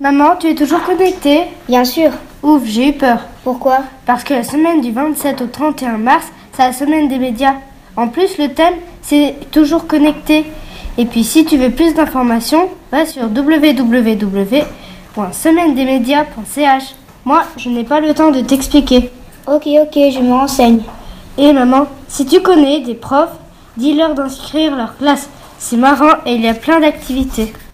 Maman, tu es toujours connectée? Bien sûr. Ouf, j'ai eu peur. Pourquoi? Parce que la semaine du 27 au 31 mars, c'est la semaine des médias. En plus, le thème, c'est toujours connecté. Et puis, si tu veux plus d'informations, va sur www.semainedesmedias.ch. Moi, je n'ai pas le temps de t'expliquer. Ok, je me renseigne. Et maman, si tu connais des profs, dis-leur d'inscrire leur classe. C'est marrant et il y a plein d'activités.